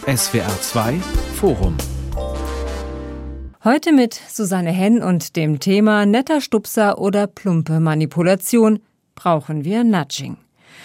SWR 2 Forum. Heute mit Susanne Henn und dem Thema netter Stupser oder plumpe Manipulation. Brauchen wir Nudging?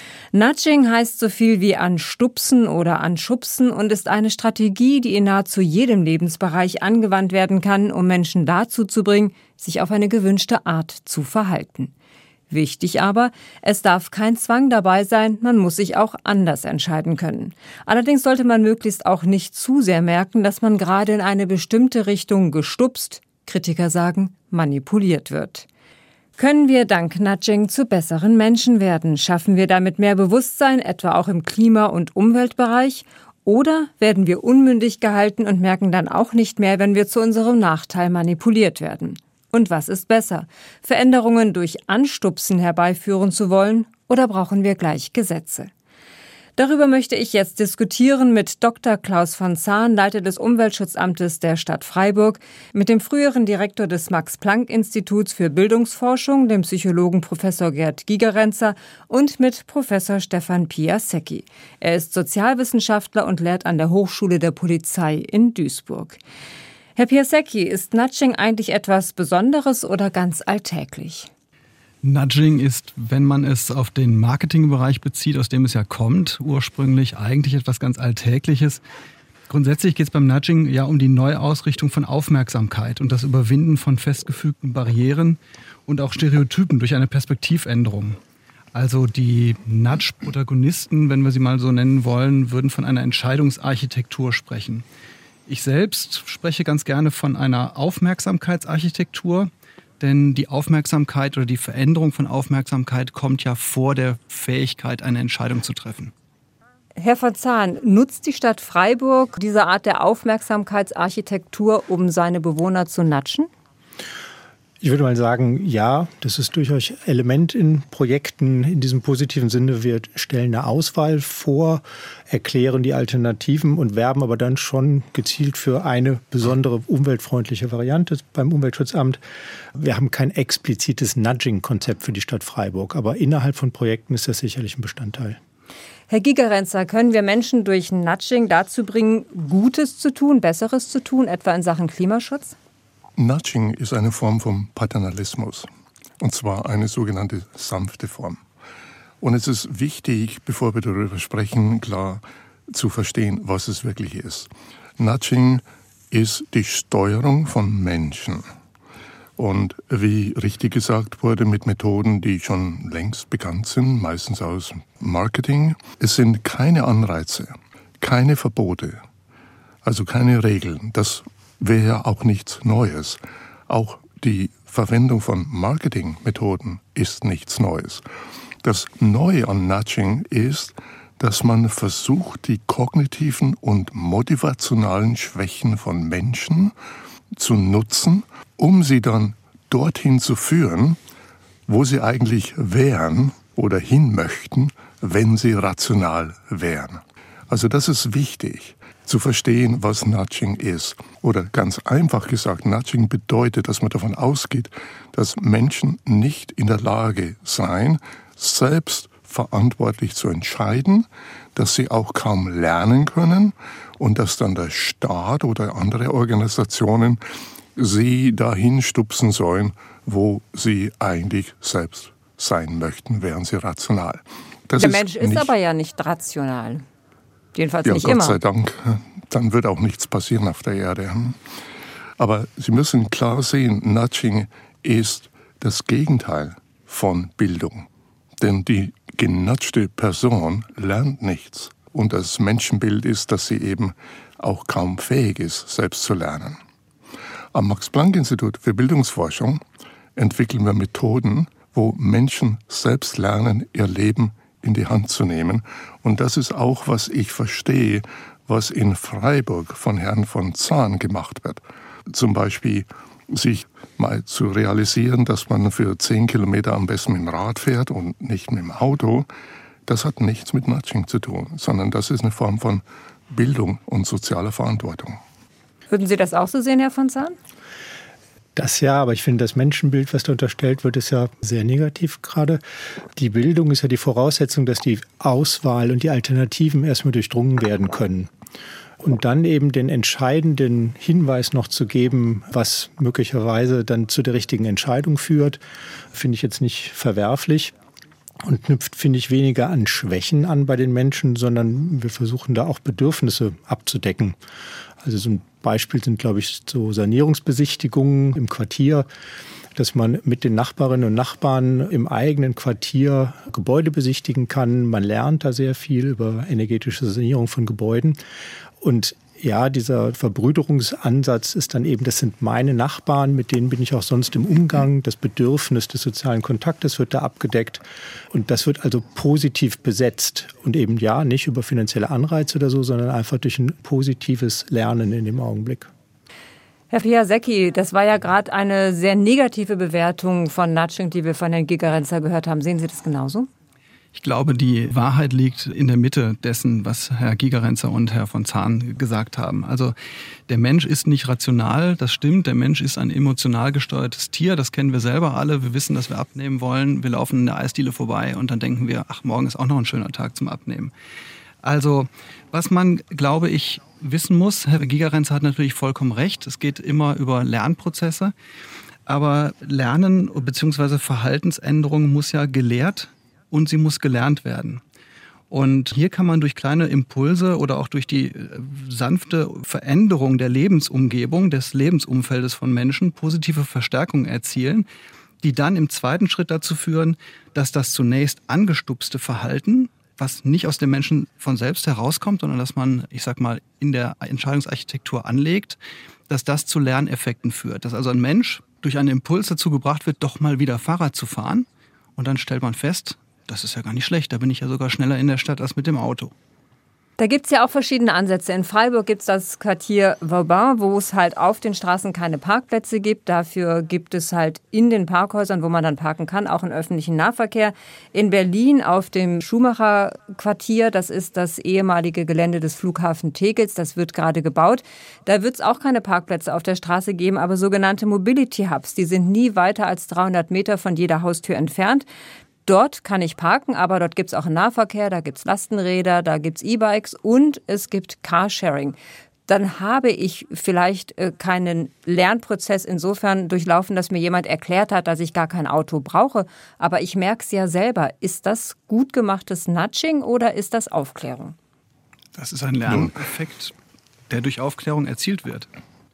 Nudging heißt so viel wie anstupsen oder anschubsen und ist eine Strategie, die in nahezu jedem Lebensbereich angewandt werden kann, um Menschen dazu zu bringen, sich auf eine gewünschte Art zu verhalten. Wichtig aber, es darf kein Zwang dabei sein, man muss sich auch anders entscheiden können. Allerdings sollte man möglichst auch nicht zu sehr merken, dass man gerade in eine bestimmte Richtung gestupst, Kritiker sagen, manipuliert wird. Können wir dank Nudging zu besseren Menschen werden? Schaffen wir damit mehr Bewusstsein, etwa auch im Klima- und Umweltbereich? Oder werden wir unmündig gehalten und merken dann auch nicht mehr, wenn wir zu unserem Nachteil manipuliert werden? Und was ist besser? Veränderungen durch Anstupsen herbeiführen zu wollen oder brauchen wir gleich Gesetze? Darüber möchte ich jetzt diskutieren mit Dr. Klaus von Zahn, Leiter des Umweltschutzamtes der Stadt Freiburg, mit dem früheren Direktor des Max-Planck-Instituts für Bildungsforschung, dem Psychologen Professor Gerd Gigerenzer und mit Professor Stefan Piasecki. Er ist Sozialwissenschaftler und lehrt an der Hochschule der Polizei in Duisburg. Herr Piasecki, ist Nudging eigentlich etwas Besonderes oder ganz alltäglich? Nudging ist, wenn man es auf den Marketingbereich bezieht, aus dem es ja kommt, ursprünglich eigentlich etwas ganz Alltägliches. Grundsätzlich geht es beim Nudging ja um die Neuausrichtung von Aufmerksamkeit und das Überwinden von festgefügten Barrieren und auch Stereotypen durch eine Perspektivänderung. Also die Nudge-Protagonisten, wenn wir sie mal so nennen wollen, würden von einer Entscheidungsarchitektur sprechen. Ich selbst spreche ganz gerne von einer Aufmerksamkeitsarchitektur, denn die Aufmerksamkeit oder die Veränderung von Aufmerksamkeit kommt ja vor der Fähigkeit, eine Entscheidung zu treffen. Herr von Zahn, nutzt die Stadt Freiburg diese Art der Aufmerksamkeitsarchitektur, um seine Bewohner zu nudgen? Ich würde mal sagen, ja, das ist durchaus Element in Projekten in diesem positiven Sinne. Wir stellen eine Auswahl vor, erklären die Alternativen und werben aber dann schon gezielt für eine besondere umweltfreundliche Variante beim Umweltschutzamt. Wir haben kein explizites Nudging-Konzept für die Stadt Freiburg, aber innerhalb von Projekten ist das sicherlich ein Bestandteil. Herr Gigerenzer, können wir Menschen durch Nudging dazu bringen, Gutes zu tun, Besseres zu tun, etwa in Sachen Klimaschutz? Nudging ist eine Form von Paternalismus, und zwar eine sogenannte sanfte Form. Und es ist wichtig, bevor wir darüber sprechen, klar zu verstehen, was es wirklich ist. Nudging ist die Steuerung von Menschen. Und wie richtig gesagt wurde, mit Methoden, die schon längst bekannt sind, meistens aus Marketing. Es sind keine Anreize, keine Verbote, also keine Regeln. Das wäre ja auch nichts Neues. Auch die Verwendung von Marketingmethoden ist nichts Neues. Das Neue an Nudging ist, dass man versucht, die kognitiven und motivationalen Schwächen von Menschen zu nutzen, um sie dann dorthin zu führen, wo sie eigentlich wären oder hin möchten, wenn sie rational wären. Also das ist wichtig, zu verstehen, was Nudging ist. Oder ganz einfach gesagt, Nudging bedeutet, dass man davon ausgeht, dass Menschen nicht in der Lage seien, selbst verantwortlich zu entscheiden, dass sie auch kaum lernen können und dass dann der Staat oder andere Organisationen sie dahin stupsen sollen, wo sie eigentlich selbst sein möchten, wären sie rational. Der Mensch ist aber ja nicht rational. Jedenfalls ja, nicht Gott immer. sei Dank, dann wird auch nichts passieren auf der Erde. Aber Sie müssen klar sehen, Nudging ist das Gegenteil von Bildung. Denn die genudgte Person lernt nichts. Und das Menschenbild ist, dass sie eben auch kaum fähig ist, selbst zu lernen. Am Max-Planck-Institut für Bildungsforschung entwickeln wir Methoden, wo Menschen selbst lernen, ihr Leben in die Hand zu nehmen. Und das ist auch, was ich verstehe, was in Freiburg von Herrn von Zahn gemacht wird. Zum Beispiel sich mal zu realisieren, dass man für 10 Kilometer am besten mit dem Rad fährt und nicht mit dem Auto. Das hat nichts mit Nudging zu tun, sondern das ist eine Form von Bildung und sozialer Verantwortung. Würden Sie das auch so sehen, Herr von Zahn? Das ja, aber ich finde, das Menschenbild, was da unterstellt wird, ist ja sehr negativ gerade. Die Bildung ist ja die Voraussetzung, dass die Auswahl und die Alternativen erstmal durchdrungen werden können. Und dann eben den entscheidenden Hinweis noch zu geben, was möglicherweise dann zu der richtigen Entscheidung führt, finde ich jetzt nicht verwerflich. Und knüpft, finde ich, weniger an Schwächen an bei den Menschen, sondern wir versuchen da auch Bedürfnisse abzudecken. Also so ein Beispiel sind, glaube ich, so Sanierungsbesichtigungen im Quartier, dass man mit den Nachbarinnen und Nachbarn im eigenen Quartier Gebäude besichtigen kann. Man lernt da sehr viel über energetische Sanierung von Gebäuden. Und ja, dieser Verbrüderungsansatz ist dann eben, das sind meine Nachbarn, mit denen bin ich auch sonst im Umgang. Das Bedürfnis des sozialen Kontaktes wird da abgedeckt. Und das wird also positiv besetzt. Und eben ja, nicht über finanzielle Anreize oder so, sondern einfach durch ein positives Lernen in dem Augenblick. Herr Piasecki, das war ja gerade eine sehr negative Bewertung von Nudging, die wir von Herrn Gigerenzer gehört haben. Sehen Sie das genauso? Ich glaube, die Wahrheit liegt in der Mitte dessen, was Herr Gigerenzer und Herr von Zahn gesagt haben. Also der Mensch ist nicht rational, das stimmt. Der Mensch ist ein emotional gesteuertes Tier, das kennen wir selber alle. Wir wissen, dass wir abnehmen wollen. Wir laufen in der Eisdiele vorbei und dann denken wir, ach, morgen ist auch noch ein schöner Tag zum Abnehmen. Also was man, glaube ich, wissen muss, Herr Gigerenzer hat natürlich vollkommen recht, es geht immer über Lernprozesse. Aber Lernen bzw. Verhaltensänderung muss ja gelehrt und sie muss gelernt werden. Und hier kann man durch kleine Impulse oder auch durch die sanfte Veränderung der Lebensumgebung, des Lebensumfeldes von Menschen positive Verstärkungen erzielen, die dann im zweiten Schritt dazu führen, dass das zunächst angestupste Verhalten, was nicht aus dem Menschen von selbst herauskommt, sondern dass man, ich sag mal, in der Entscheidungsarchitektur anlegt, dass das zu Lerneffekten führt. Dass also ein Mensch durch einen Impuls dazu gebracht wird, doch mal wieder Fahrrad zu fahren. Und dann stellt man fest, das ist ja gar nicht schlecht, da bin ich ja sogar schneller in der Stadt als mit dem Auto. Da gibt es ja auch verschiedene Ansätze. In Freiburg gibt es das Quartier Vauban, wo es halt auf den Straßen keine Parkplätze gibt. Dafür gibt es halt in den Parkhäusern, wo man dann parken kann, auch einen öffentlichen Nahverkehr. In Berlin auf dem Schumacher-Quartier, das ist das ehemalige Gelände des Flughafen Tegels, das wird gerade gebaut. Da wird es auch keine Parkplätze auf der Straße geben, aber sogenannte Mobility Hubs, die sind nie weiter als 300 Meter von jeder Haustür entfernt. Dort kann ich parken, aber dort gibt es auch einen Nahverkehr, da gibt es Lastenräder, da gibt es E-Bikes und es gibt Carsharing. Dann habe ich vielleicht keinen Lernprozess insofern durchlaufen, dass mir jemand erklärt hat, dass ich gar kein Auto brauche. Aber ich merke es ja selber. Ist das gut gemachtes Nudging oder ist das Aufklärung? Das ist ein Lerneffekt, der durch Aufklärung erzielt wird.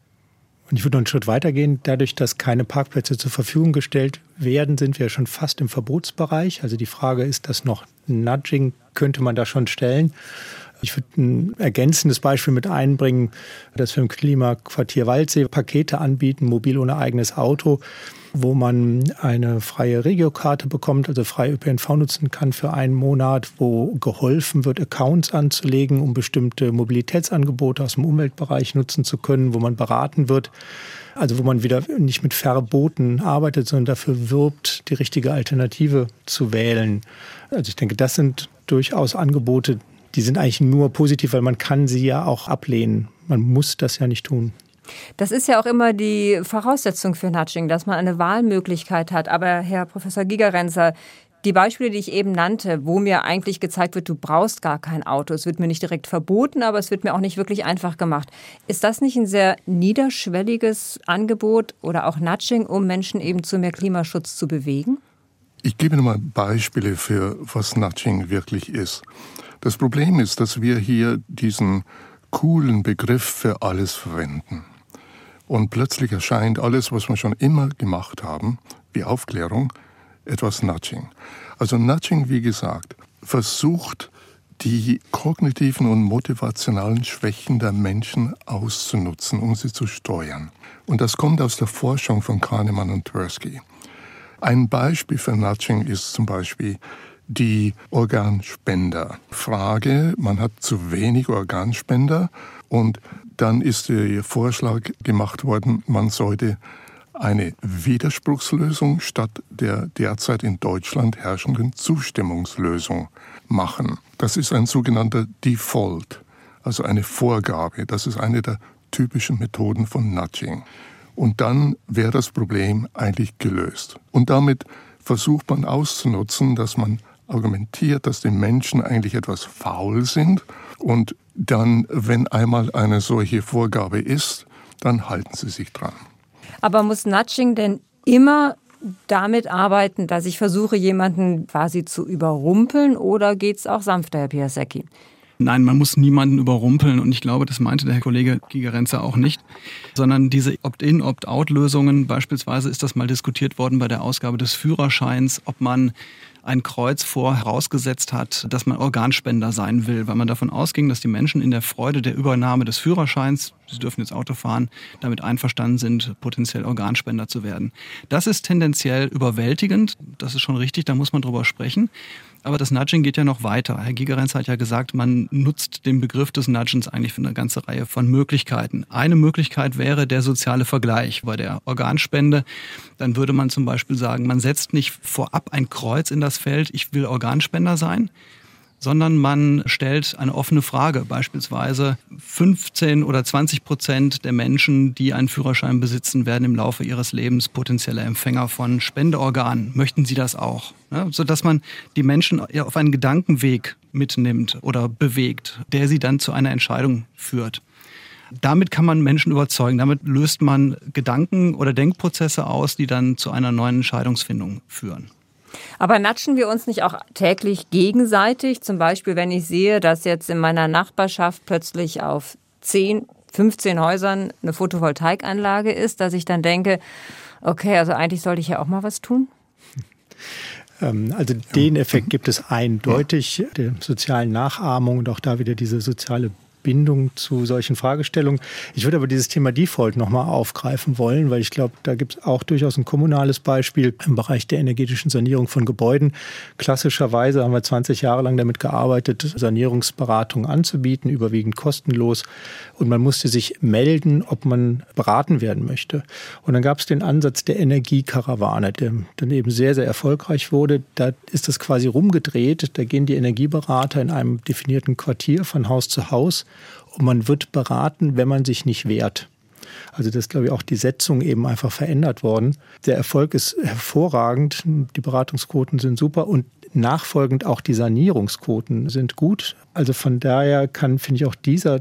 Und ich würde noch einen Schritt weitergehen. Dadurch, dass keine Parkplätze zur Verfügung gestellt werden, sind wir schon fast im Verbotsbereich. Also die Frage, ist das noch Nudging, könnte man da schon stellen. Ich würde ein ergänzendes Beispiel mit einbringen, dass wir im Klimaquartier Waldsee Pakete anbieten, mobil ohne eigenes Auto, wo man eine freie Regiokarte bekommt, also frei ÖPNV nutzen kann für einen Monat, wo geholfen wird, Accounts anzulegen, um bestimmte Mobilitätsangebote aus dem Umweltbereich nutzen zu können, wo man beraten wird. Also wo man wieder nicht mit Verboten arbeitet, sondern dafür wirbt, die richtige Alternative zu wählen. Also ich denke, das sind durchaus Angebote, die sind eigentlich nur positiv, weil man kann sie ja auch ablehnen. Man muss das ja nicht tun. Das ist ja auch immer die Voraussetzung für Nudging, dass man eine Wahlmöglichkeit hat. Aber Herr Professor Gigerenzer, die Beispiele, die ich eben nannte, wo mir eigentlich gezeigt wird, du brauchst gar kein Auto. Es wird mir nicht direkt verboten, aber es wird mir auch nicht wirklich einfach gemacht. Ist das nicht ein sehr niederschwelliges Angebot oder auch Nudging, um Menschen eben zu mehr Klimaschutz zu bewegen? Ich gebe nochmal Beispiele für, was Nudging wirklich ist. Das Problem ist, dass wir hier diesen coolen Begriff für alles verwenden. Und plötzlich erscheint alles, was wir schon immer gemacht haben, wie Aufklärung, etwas Nudging. Also Nudging, wie gesagt, versucht, die kognitiven und motivationalen Schwächen der Menschen auszunutzen, um sie zu steuern. Und das kommt aus der Forschung von Kahneman und Tversky. Ein Beispiel für Nudging ist zum Beispiel die Organspenderfrage. Man hat zu wenig Organspender und dann ist der Vorschlag gemacht worden, man sollte eine Widerspruchslösung statt der derzeit in Deutschland herrschenden Zustimmungslösung machen. Das ist ein sogenannter Default, also eine Vorgabe. Das ist eine der typischen Methoden von Nudging. Und dann wäre das Problem eigentlich gelöst. Und damit versucht man auszunutzen, dass man argumentiert, dass die Menschen eigentlich etwas faul sind und dann, wenn einmal eine solche Vorgabe ist, dann halten sie sich dran. Aber muss Nudging denn immer damit arbeiten, dass ich versuche, jemanden quasi zu überrumpeln, oder geht es auch sanfter, Herr Piasecki? Nein, man muss niemanden überrumpeln, und ich glaube, das meinte der Herr Kollege Gigerenzer auch nicht, sondern diese Opt-in, Opt-out-Lösungen, beispielsweise ist das mal diskutiert worden bei der Ausgabe des Führerscheins, ob man ein Kreuz vorausgesetzt hat, dass man Organspender sein will, weil man davon ausging, dass die Menschen in der Freude der Übernahme des Führerscheins, sie dürfen jetzt Auto fahren, damit einverstanden sind, potenziell Organspender zu werden. Das ist tendenziell überwältigend, das ist schon richtig, da muss man drüber sprechen. Aber das Nudging geht ja noch weiter. Herr Gigerenzer hat ja gesagt, man nutzt den Begriff des Nudgens eigentlich für eine ganze Reihe von Möglichkeiten. Eine Möglichkeit wäre der soziale Vergleich. Bei der Organspende, dann würde man zum Beispiel sagen, man setzt nicht vorab ein Kreuz in das Feld, ich will Organspender sein, sondern man stellt eine offene Frage. Beispielsweise 15 oder 20% der Menschen, die einen Führerschein besitzen, werden im Laufe ihres Lebens potenzielle Empfänger von Spendeorganen. Möchten Sie das auch? Ja, sodass man die Menschen auf einen Gedankenweg mitnimmt oder bewegt, der sie dann zu einer Entscheidung führt. Damit kann man Menschen überzeugen. Damit löst man Gedanken- oder Denkprozesse aus, die dann zu einer neuen Entscheidungsfindung führen. Aber natschen wir uns nicht auch täglich gegenseitig? Zum Beispiel, wenn ich sehe, dass jetzt in meiner Nachbarschaft plötzlich auf 10, 15 Häusern eine Photovoltaikanlage ist, dass ich dann denke, okay, also eigentlich sollte ich ja auch mal was tun? Also den Effekt gibt es eindeutig, der sozialen Nachahmung und auch da wieder diese soziale Bindung zu solchen Fragestellungen. Ich würde aber dieses Thema Default nochmal aufgreifen wollen, weil ich glaube, da gibt es auch durchaus ein kommunales Beispiel im Bereich der energetischen Sanierung von Gebäuden. Klassischerweise haben wir 20 Jahre lang damit gearbeitet, Sanierungsberatungen anzubieten, überwiegend kostenlos. Und man musste sich melden, ob man beraten werden möchte. Und dann gab es den Ansatz der Energiekarawane, der dann eben sehr, sehr erfolgreich wurde. Da ist das quasi rumgedreht. Da gehen die Energieberater in einem definierten Quartier von Haus zu Haus. Und man wird beraten, wenn man sich nicht wehrt. Also das ist, glaube ich, auch die Setzung eben einfach verändert worden. Der Erfolg ist hervorragend, die Beratungsquoten sind super und nachfolgend auch die Sanierungsquoten sind gut. Also von daher kann, finde ich, auch dieser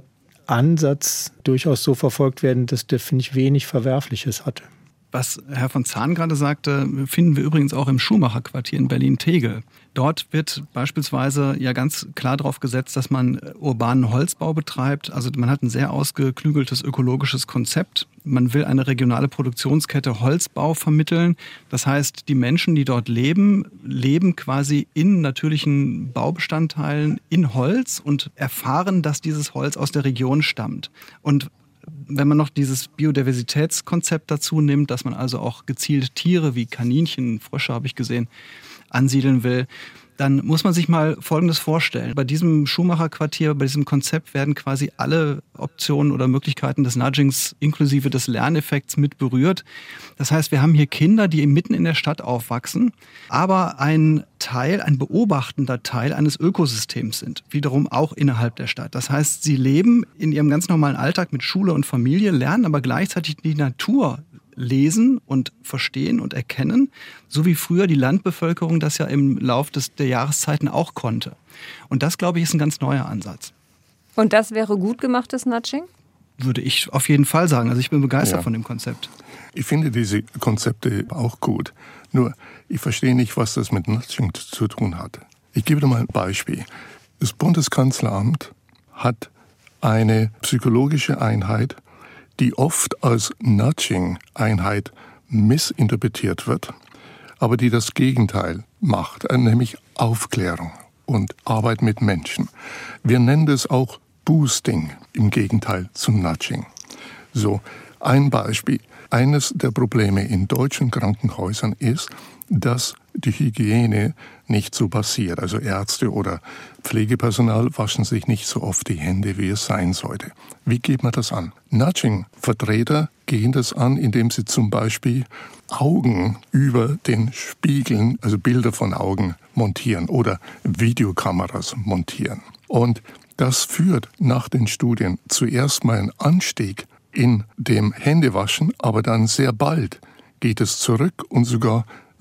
Ansatz durchaus so verfolgt werden, dass der, finde ich, wenig Verwerfliches hatte. Was Herr von Zahn gerade sagte, finden wir übrigens auch im Schumacher-Quartier in Berlin-Tegel. Dort wird beispielsweise ja ganz klar darauf gesetzt, dass man urbanen Holzbau betreibt. Also man hat ein sehr ausgeklügeltes ökologisches Konzept. Man will eine regionale Produktionskette Holzbau vermitteln. Das heißt, die Menschen, die dort leben, leben quasi in natürlichen Baubestandteilen in Holz und erfahren, dass dieses Holz aus der Region stammt. Und wenn man noch dieses Biodiversitätskonzept dazu nimmt, dass man also auch gezielt Tiere wie Kaninchen, Frösche habe ich gesehen, ansiedeln will, dann muss man sich mal Folgendes vorstellen. Bei diesem Schumacher-Quartier, bei diesem Konzept werden quasi alle Optionen oder Möglichkeiten des Nudgings inklusive des Lerneffekts mit berührt. Das heißt, wir haben hier Kinder, die mitten in der Stadt aufwachsen, aber ein beobachtender Teil eines Ökosystems sind, wiederum auch innerhalb der Stadt. Das heißt, sie leben in ihrem ganz normalen Alltag mit Schule und Familie, lernen aber gleichzeitig die Natur lesen und verstehen und erkennen, so wie früher die Landbevölkerung das ja im Lauf der Jahreszeiten auch konnte. Und das, glaube ich, ist ein ganz neuer Ansatz. Und das wäre gut gemachtes Nudging? Würde ich auf jeden Fall sagen. Also ich bin begeistert von dem Konzept. Ich finde diese Konzepte auch gut. Nur, ich verstehe nicht, was das mit Nudging zu tun hat. Ich gebe dir mal ein Beispiel. Das Bundeskanzleramt hat eine psychologische Einheit, die oft als Nudging-Einheit missinterpretiert wird, aber die das Gegenteil macht, nämlich Aufklärung und Arbeit mit Menschen. Wir nennen das auch Boosting im Gegenteil zu Nudging. So, ein Beispiel. Eines der Probleme in deutschen Krankenhäusern ist, dass die Hygiene nicht so passiert. Also Ärzte oder Pflegepersonal waschen sich nicht so oft die Hände, wie es sein sollte. Wie geht man das an? Nudging-Vertreter gehen das an, indem sie zum Beispiel Augen über den Spiegeln, also Bilder von Augen montieren oder Videokameras montieren. Und das führt nach den Studien zuerst mal einen Anstieg in dem Händewaschen, aber dann sehr bald geht es zurück und sogar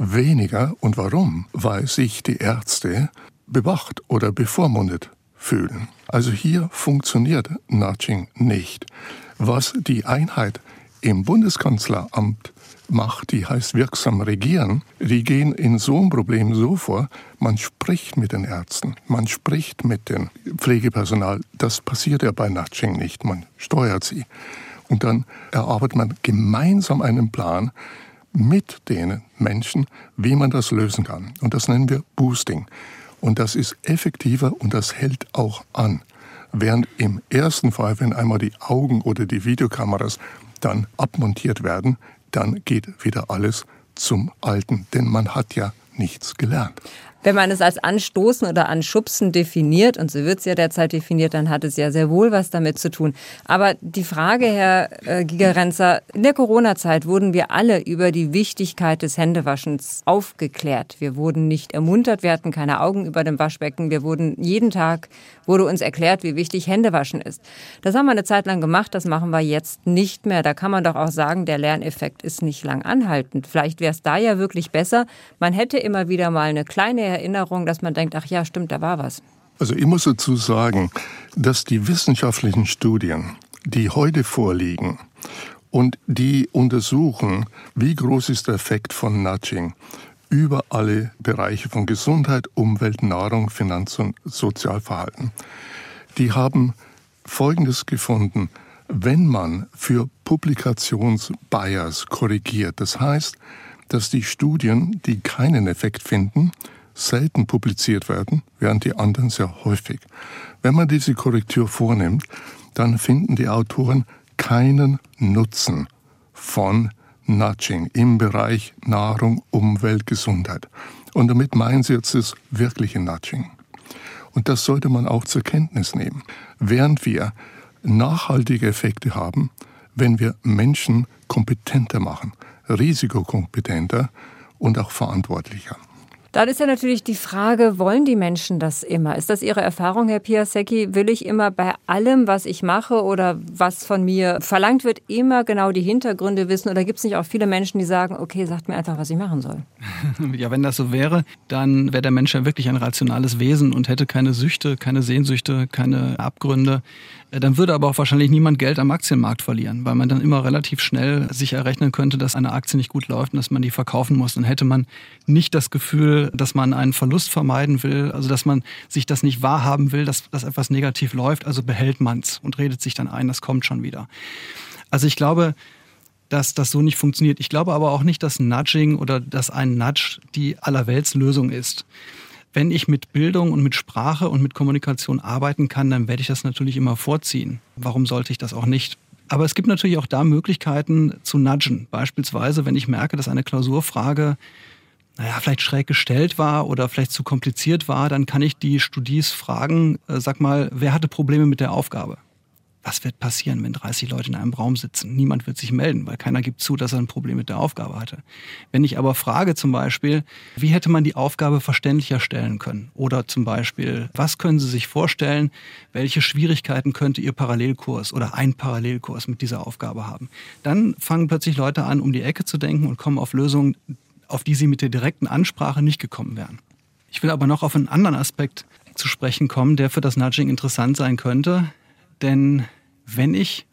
weniger. Und warum? Weil sich die Ärzte bewacht oder bevormundet fühlen. Also hier funktioniert Nudging nicht. Was die Einheit im Bundeskanzleramt macht, die heißt wirksam regieren, die gehen in so einem Problem so vor, man spricht mit den Ärzten, man spricht mit dem Pflegepersonal. Das passiert ja bei Nudging nicht, man steuert sie. Und dann erarbeitet man gemeinsam einen Plan mit den Menschen, wie man das lösen kann. Und das nennen wir Boosting. Und das ist effektiver und das hält auch an. Während im ersten Fall, wenn einmal die Augen oder die Videokameras dann abmontiert werden, dann geht wieder alles zum Alten. Denn man hat ja nichts gelernt. Wenn man es als Anstoßen oder Anschubsen definiert, und so wird es ja derzeit definiert, dann hat es ja sehr wohl was damit zu tun. Aber die Frage, Herr Gigerenzer, in der Corona-Zeit wurden wir alle über die Wichtigkeit des Händewaschens aufgeklärt. Wir wurden nicht ermuntert, wir hatten keine Augen über dem Waschbecken. Jeden Tag wurde uns erklärt, wie wichtig Händewaschen ist. Das haben wir eine Zeit lang gemacht, das machen wir jetzt nicht mehr. Da kann man doch auch sagen, der Lerneffekt ist nicht lang anhaltend. Vielleicht wäre es da ja wirklich besser. Man hätte immer wieder mal eine kleine Erinnerung, dass man denkt, ach ja, stimmt, da war was. Also ich muss dazu sagen, dass die wissenschaftlichen Studien, die heute vorliegen und die untersuchen, wie groß ist der Effekt von Nudging über alle Bereiche von Gesundheit, Umwelt, Nahrung, Finanz- und Sozialverhalten, die haben Folgendes gefunden: Wenn man für Publikationsbias korrigiert, das heißt, dass die Studien, die keinen Effekt finden, selten publiziert werden, während die anderen sehr häufig. Wenn man diese Korrektur vornimmt, dann finden die Autoren keinen Nutzen von Nudging im Bereich Nahrung, Umwelt, Gesundheit. Und damit meinen sie jetzt das wirkliche Nudging. Und das sollte man auch zur Kenntnis nehmen. Während wir nachhaltige Effekte haben, wenn wir Menschen kompetenter machen, risikokompetenter und auch verantwortlicher. Dann ist ja natürlich die Frage, wollen die Menschen das immer? Ist das Ihre Erfahrung, Herr Piasecki? Will ich immer bei allem, was ich mache oder was von mir verlangt wird, immer genau die Hintergründe wissen? Oder gibt es nicht auch viele Menschen, die sagen, okay, sagt mir einfach, was ich machen soll? Ja, wenn das so wäre, dann wäre der Mensch ja wirklich ein rationales Wesen und hätte keine Süchte, keine Sehnsüchte, keine Abgründe. Dann würde aber auch wahrscheinlich niemand Geld am Aktienmarkt verlieren, weil man dann immer relativ schnell sich errechnen könnte, dass eine Aktie nicht gut läuft und dass man die verkaufen muss. Dann hätte man nicht das Gefühl, dass man einen Verlust vermeiden will, also dass man sich das nicht wahrhaben will, dass etwas negativ läuft, also behält man's und redet sich dann ein, das kommt schon wieder. Also ich glaube, dass das so nicht funktioniert. Ich glaube aber auch nicht, dass Nudging oder dass ein Nudge die Allerweltslösung ist. Wenn ich mit Bildung und mit Sprache und mit Kommunikation arbeiten kann, dann werde ich das natürlich immer vorziehen. Warum sollte ich das auch nicht? Aber es gibt natürlich auch da Möglichkeiten zu nudgen. Beispielsweise, wenn ich merke, dass eine Klausurfrage vielleicht schräg gestellt war oder vielleicht zu kompliziert war, dann kann ich die Studis fragen, sag mal, wer hatte Probleme mit der Aufgabe? Was wird passieren, wenn 30 Leute in einem Raum sitzen? Niemand wird sich melden, weil keiner gibt zu, dass er ein Problem mit der Aufgabe hatte. Wenn ich aber frage zum Beispiel, wie hätte man die Aufgabe verständlicher stellen können? Oder zum Beispiel, was können Sie sich vorstellen, welche Schwierigkeiten könnte Ihr Parallelkurs oder ein Parallelkurs mit dieser Aufgabe haben? Dann fangen plötzlich Leute an, um die Ecke zu denken und kommen auf Lösungen, auf die sie mit der direkten Ansprache nicht gekommen wären. Ich will aber noch auf einen anderen Aspekt zu sprechen kommen, der für das Nudging interessant sein könnte. Denn wenn ich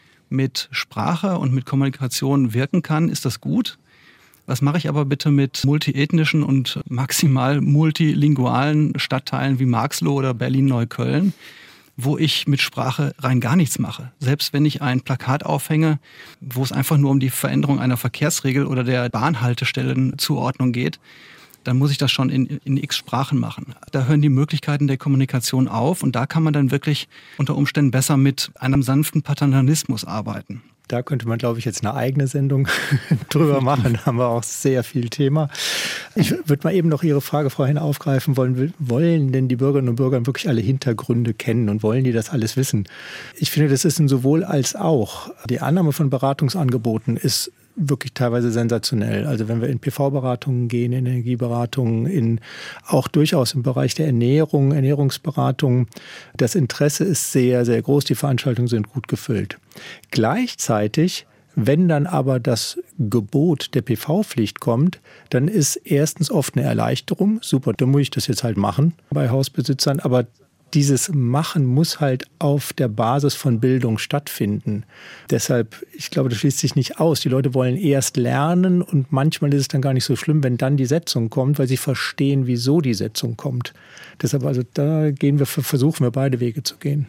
mit Sprache und mit Kommunikation wirken kann, ist das gut. Was mache ich aber bitte mit multiethnischen und maximal multilingualen Stadtteilen wie Marxloh oder Berlin-Neukölln, wo ich mit Sprache rein gar nichts mache? Selbst wenn ich ein Plakat aufhänge, wo es einfach nur um die Veränderung einer Verkehrsregel oder der Bahnhaltestellenzuordnung geht, dann muss ich das schon in x Sprachen machen. Da hören die Möglichkeiten der Kommunikation auf und da kann man dann wirklich unter Umständen besser mit einem sanften Paternalismus arbeiten. Da könnte man, glaube ich, jetzt eine eigene Sendung drüber machen. Da haben wir auch sehr viel Thema. Ich würde mal eben noch Ihre Frage vorhin aufgreifen wollen. Wollen denn die Bürgerinnen und Bürger wirklich alle Hintergründe kennen und wollen die das alles wissen? Ich finde, das ist ein sowohl als auch. Die Annahme von Beratungsangeboten ist wirklich teilweise sensationell. Also wenn wir in PV-Beratungen gehen, in Energieberatungen, auch durchaus im Bereich der Ernährung, Ernährungsberatung, das Interesse ist sehr, sehr groß. Die Veranstaltungen sind gut gefüllt. Gleichzeitig Wenn dann aber das Gebot der PV-Pflicht kommt, dann ist erstens oft eine Erleichterung. Super, dann muss ich das jetzt halt machen bei Hausbesitzern. Aber dieses Machen muss halt auf der Basis von Bildung stattfinden. Deshalb, ich glaube, das schließt sich nicht aus. Die Leute wollen erst lernen und manchmal ist es dann gar nicht so schlimm, wenn dann die Setzung kommt, weil sie verstehen, wieso die Setzung kommt. Deshalb, also da versuchen wir beide Wege zu gehen.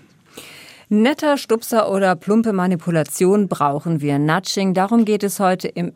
Netter Stupser oder plumpe Manipulation brauchen wir Nudging. Darum geht es heute im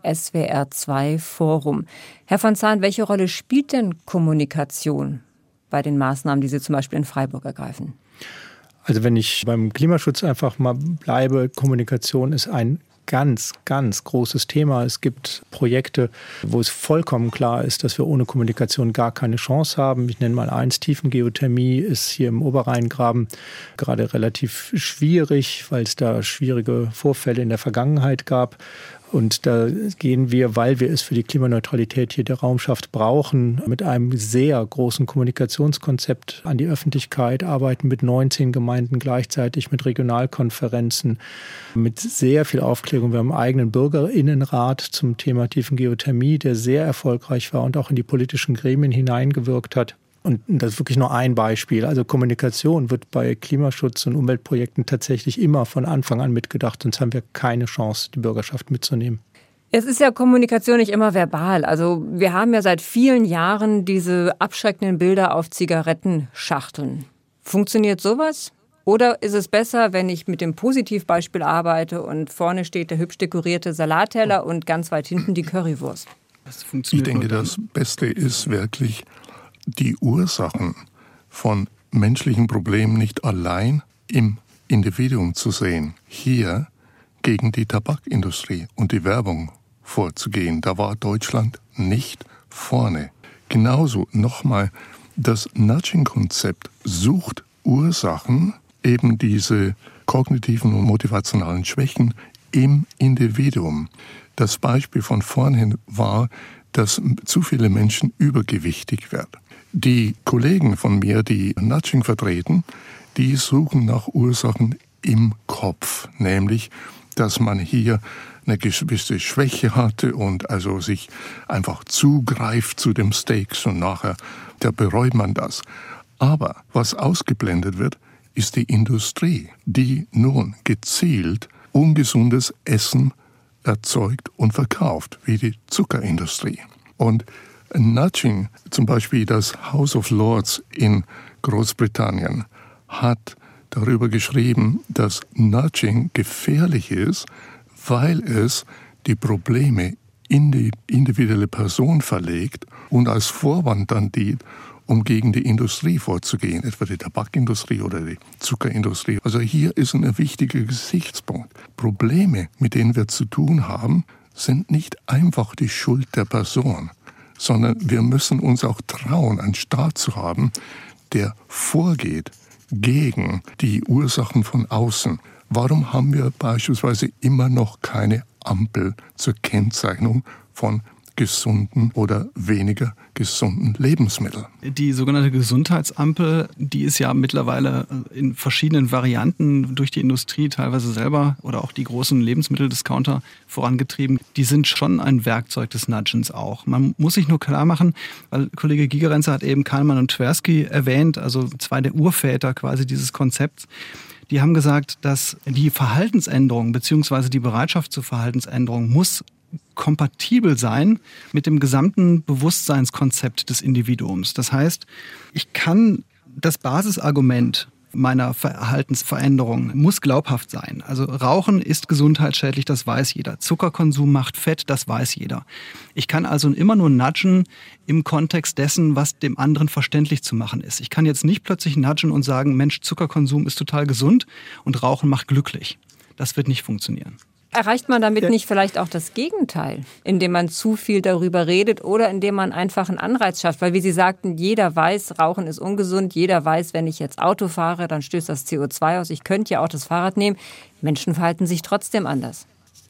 SWR2 Forum. Herr von Zahn, welche Rolle spielt denn Kommunikation bei den Maßnahmen, die Sie zum Beispiel in Freiburg ergreifen? Also wenn ich beim Klimaschutz einfach mal bleibe, Kommunikation ist ein ganz, ganz großes Thema. Es gibt Projekte, wo es vollkommen klar ist, dass wir ohne Kommunikation gar keine Chance haben. Ich nenne mal eins, Tiefengeothermie ist hier im Oberrheingraben gerade relativ schwierig, weil es da schwierige Vorfälle in der Vergangenheit gab. Und da gehen wir, weil wir es für die Klimaneutralität hier der Raumschaft brauchen, mit einem sehr großen Kommunikationskonzept an die Öffentlichkeit, arbeiten mit 19 Gemeinden gleichzeitig, mit Regionalkonferenzen, mit sehr viel Aufklärung. Wir haben einen eigenen BürgerInnenrat zum Thema Tiefengeothermie, der sehr erfolgreich war und auch in die politischen Gremien hineingewirkt hat. Und das ist wirklich nur ein Beispiel. Also Kommunikation wird bei Klimaschutz- und Umweltprojekten tatsächlich immer von Anfang an mitgedacht. Sonst haben wir keine Chance, die Bürgerschaft mitzunehmen. Es ist ja Kommunikation nicht immer verbal. Also wir haben ja seit vielen Jahren diese abschreckenden Bilder auf Zigarettenschachteln. Funktioniert sowas? Oder ist es besser, wenn ich mit dem Positivbeispiel arbeite und vorne steht der hübsch dekorierte Salatteller und ganz weit hinten die Currywurst? Ich denke, das Beste ist wirklich, die Ursachen von menschlichen Problemen nicht allein im Individuum zu sehen. Hier gegen die Tabakindustrie und die Werbung vorzugehen. Da war Deutschland nicht vorne. Genauso nochmal, das Nudging-Konzept sucht Ursachen, eben diese kognitiven und motivationalen Schwächen im Individuum. Das Beispiel von vorhin war, dass zu viele Menschen übergewichtig werden. Die Kollegen von mir, die Nudging vertreten, die suchen nach Ursachen im Kopf, nämlich, dass man hier eine gewisse Schwäche hatte und also sich einfach zugreift zu dem Steaks und nachher, da bereut man das. Aber was ausgeblendet wird, ist die Industrie, die nun gezielt ungesundes Essen erzeugt und verkauft, wie die Zuckerindustrie. Und Nudging, zum Beispiel das House of Lords in Großbritannien, hat darüber geschrieben, dass Nudging gefährlich ist, weil es die Probleme in die individuelle Person verlegt und als Vorwand dann dient, um gegen die Industrie vorzugehen, etwa die Tabakindustrie oder die Zuckerindustrie. Also hier ist ein wichtiger Gesichtspunkt. Probleme, mit denen wir zu tun haben, sind nicht einfach die Schuld der Person, sondern wir müssen uns auch trauen, einen Staat zu haben, der vorgeht gegen die Ursachen von außen. Warum haben wir beispielsweise immer noch keine Ampel zur Kennzeichnung von gesunden oder weniger gesunden Lebensmitteln? Die sogenannte Gesundheitsampel, die ist ja mittlerweile in verschiedenen Varianten durch die Industrie teilweise selber oder auch die großen Lebensmitteldiscounter vorangetrieben. Die sind schon ein Werkzeug des Nudgens auch. Man muss sich nur klar machen, weil Kollege Gigerenzer hat eben Kahnemann und Tversky erwähnt, also zwei der Urväter quasi dieses Konzepts. Die haben gesagt, dass die Verhaltensänderung bzw. die Bereitschaft zur Verhaltensänderung muss kompatibel sein mit dem gesamten Bewusstseinskonzept des Individuums. Das heißt, ich kann das Basisargument meiner Verhaltensveränderung muss glaubhaft sein. Also Rauchen ist gesundheitsschädlich, das weiß jeder. Zuckerkonsum macht Fett, das weiß jeder. Ich kann also immer nur nudgen im Kontext dessen, was dem anderen verständlich zu machen ist. Ich kann jetzt nicht plötzlich nudgen und sagen, Mensch, Zuckerkonsum ist total gesund und Rauchen macht glücklich. Das wird nicht funktionieren. Erreicht man damit nicht vielleicht auch das Gegenteil, indem man zu viel darüber redet oder indem man einfach einen Anreiz schafft? Weil, wie Sie sagten, jeder weiß, Rauchen ist ungesund. Jeder weiß, wenn ich jetzt Auto fahre, dann stößt das CO2 aus. Ich könnte ja auch das Fahrrad nehmen. Menschen verhalten sich trotzdem anders.